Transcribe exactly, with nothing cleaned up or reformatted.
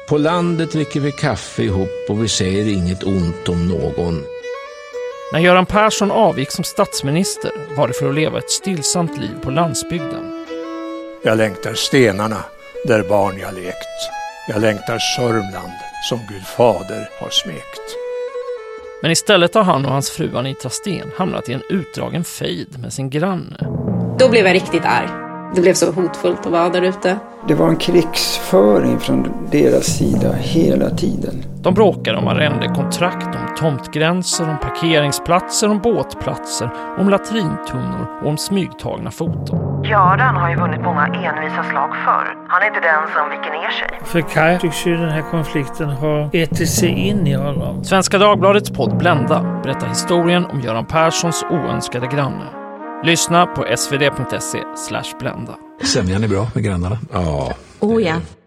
På landet dricker vi kaffe ihop och vi säger inget ont om någon. När Göran Persson avgick som statsminister var det för att leva ett stillsamt liv på landsbygden. Jag längtar stenarna där barn jag lekt. Jag längtar Sörmland som Gud fader har smekt. Men istället har han och hans fru Anita Sten hamnat i en utdragen fejd med sin granne. Då blev jag riktigt arg. Det blev så hotfullt att vara där ute. Det var en krigsföring från deras sida hela tiden. De bråkade om arrendekontrakt, om tomtgränser, om parkeringsplatser, om båtplatser, om latrintunnor och om smygtagna foton. Göran har ju vunnit många envisa slag förr. Han är inte den som viker ner sig. För Kaj tycks ju den här konflikten ha ätit sig in i honom. Svenska Dagbladets podd Blända berättar historien om Göran Perssons oönskade granne. Lyssna på svd punkt se slash blända. Sämjan är bra med grannarna. Ja. Oh ja.